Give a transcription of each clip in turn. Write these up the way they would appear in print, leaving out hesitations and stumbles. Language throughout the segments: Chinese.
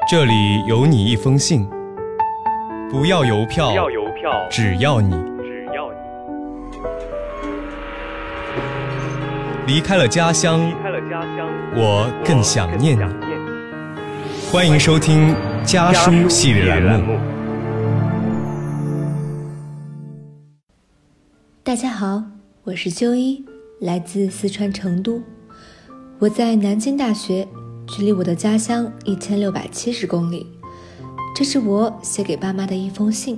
这里有你一封信，不要邮票，只要你。离开了家乡，我更想念你。欢迎收听家书系列栏目。 大家好，我是修一，来自四川成都。我在南京大学，距离我的家乡1670公里。这是我写给爸妈的一封信。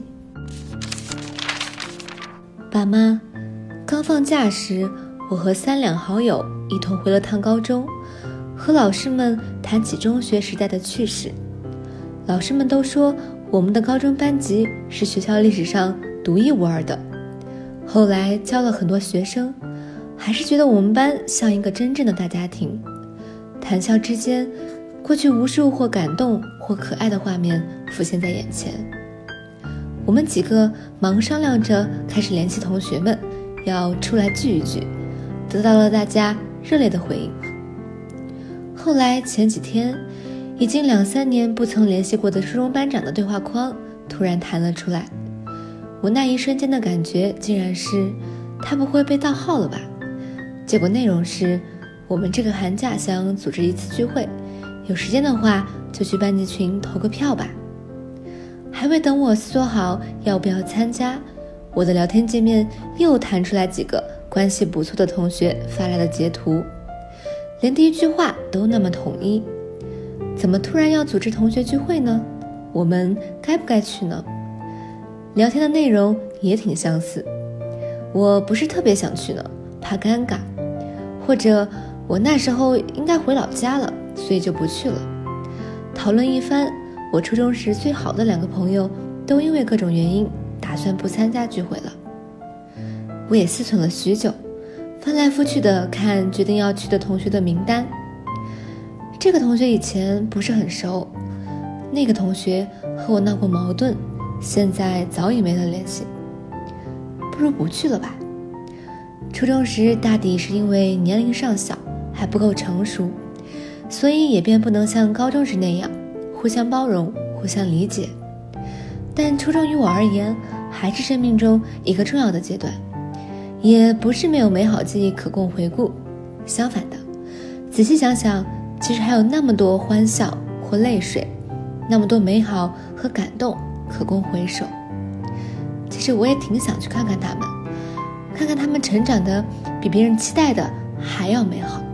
爸妈，刚放假时，我和3两好友一同回了趟高中，和老师们谈起中学时代的趣事。老师们都说我们的高中班级是学校历史上独一无二的。后来教了很多学生，还是觉得我们班像一个真正的大家庭。谈笑之间，过去无数或感动或可爱的画面浮现在眼前。我们几个忙商量着开始联系同学们，要出来聚一聚，得到了大家热烈的回应。后来前几天，已经2-3年不曾联系过的初中班长的对话框突然弹了出来。我那一瞬间的感觉竟然是，他不会被盗号了吧？结果内容是，我们这个寒假想组织一次聚会，有时间的话就去班级群投个票吧。还未等我思索好要不要参加，我的聊天界面又弹出来几个关系不错的同学发来的截图，连第一句话都那么统一。怎么突然要组织同学聚会呢？我们该不该去呢？聊天的内容也挺相似，我不是特别想去呢，怕尴尬，或者我那时候应该回老家了，所以就不去了。讨论一番，我初中时最好的2个朋友都因为各种原因打算不参加聚会了。我也思忖了许久，翻来覆去的看决定要去的同学的名单。这个同学以前不是很熟，那个同学和我闹过矛盾，现在早已没了联系。不如不去了吧。初中时大抵是因为年龄尚小，还不够成熟，所以也便不能像高中时那样互相包容，互相理解。但初中于我而言，还是生命中一个重要的阶段，也不是没有美好记忆可供回顾。相反的，仔细想想，其实还有那么多欢笑或泪水，那么多美好和感动可供回首。其实我也挺想去看看他们，看看他们成长的比别人期待的还要美好。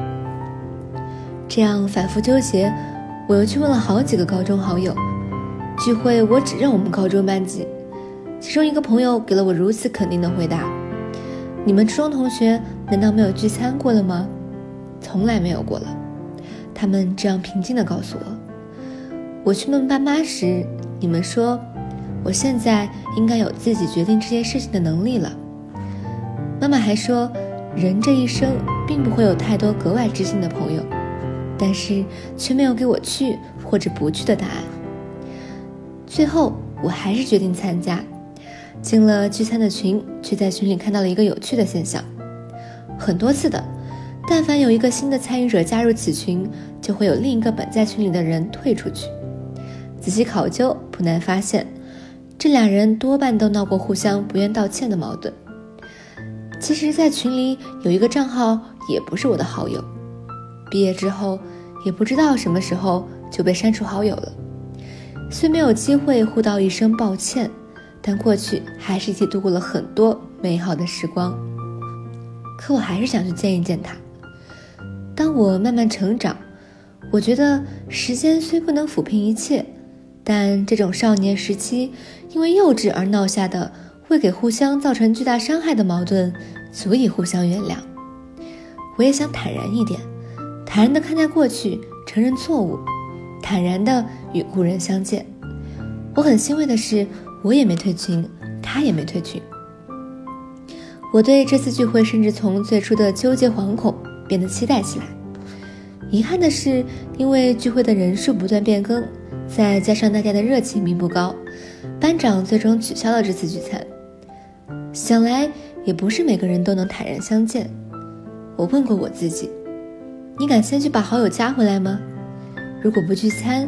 这样反复纠结，我又去问了好几个高中好友，聚会我只认我们高中班级。其中一个朋友给了我如此肯定的回答：你们初中同学难道没有聚餐过了吗？从来没有过了。他们这样平静地告诉我。我去问爸妈时，你们说我现在应该有自己决定这些事情的能力了。妈妈还说，人这一生并不会有太多格外知心的朋友，但是却没有给我去或者不去的答案。最后我还是决定参加，进了聚餐的群，却在群里看到了一个有趣的现象。很多次的，但凡有一个新的参与者加入此群，就会有另一个本在群里的人退出去。仔细考究，不难发现，这2人多半都闹过互相不愿道歉的矛盾。其实在群里有一个账号也不是我的好友，毕业之后也不知道什么时候就被删除好友了。虽没有机会互道一声抱歉，但过去还是一起度过了很多美好的时光。可我还是想去见一见他。当我慢慢成长，我觉得时间虽不能抚平一切，但这种少年时期因为幼稚而闹下的会给互相造成巨大伤害的矛盾，足以互相原谅。我也想坦然一点，坦然地看待过去，承认错误，坦然地与故人相见。我很欣慰的是，我也没退群，他也没退群。我对这次聚会甚至从最初的纠结惶恐变得期待起来。遗憾的是，因为聚会的人数不断变更，再加上大家的热情并不高，班长最终取消了这次聚餐。想来也不是每个人都能坦然相见。我问过我自己，你敢先去把好友加回来吗？如果不聚餐，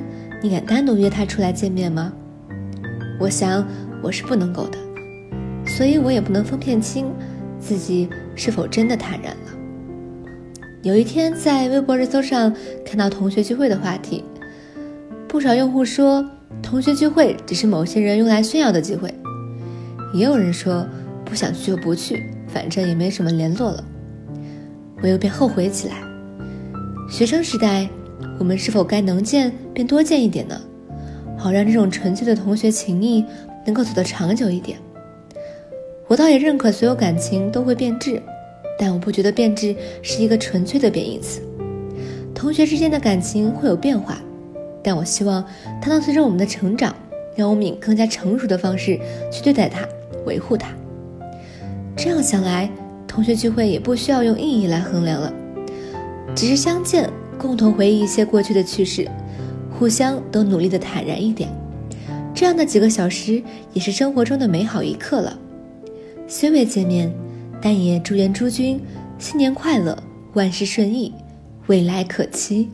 你敢单独约他出来见面吗？我想我是不能够的，所以我也不能分辨清自己是否真的坦然了。有一天在微博热搜上看到同学聚会的话题，不少用户说同学聚会只是某些人用来炫耀的机会，也有人说不想去就不去，反正也没什么联络了。我又便后悔起来，学生时代我们是否该能见便多见一点呢？好让这种纯粹的同学情谊能够走得长久一点。我倒也认可所有感情都会变质，但我不觉得变质是一个纯粹的贬义词。同学之间的感情会有变化，但我希望它能随着我们的成长，让我们以更加成熟的方式去对待它，维护它。这样想来，同学聚会也不需要用意义来衡量了，只是相见，共同回忆一些过去的趣事，互相都努力的坦然一点，这样的几个小时也是生活中的美好一刻了。虽未见面，但也祝愿诸君新年快乐，万事顺意，未来可期。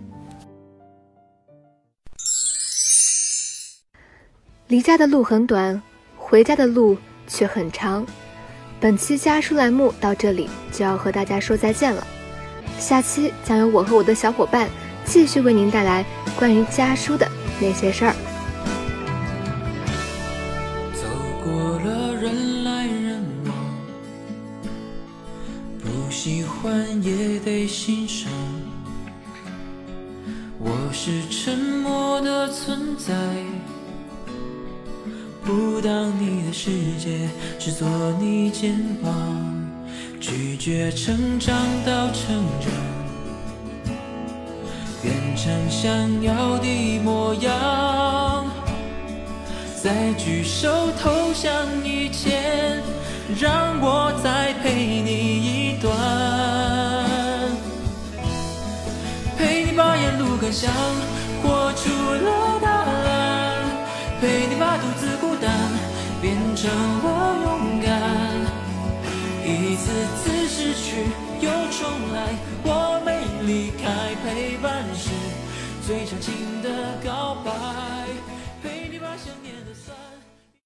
离家的路很短，回家的路却很长。本期家书栏目到这里就要和大家说再见了，下期将由我和我的小伙伴继续为您带来关于家书的那些事儿。 走过了人来人往，不喜欢也得欣赏。我是沉默的存在，不当你的世界，只做你肩膀，拒绝成长到成长，变成想要的模样。在举手投降以前，让我再陪你一段，陪你把沿路感想活出了答案，陪你把独自孤单变成了勇敢，一次次失去又重来，我没离开，陪伴是最长情的告白，陪你把想念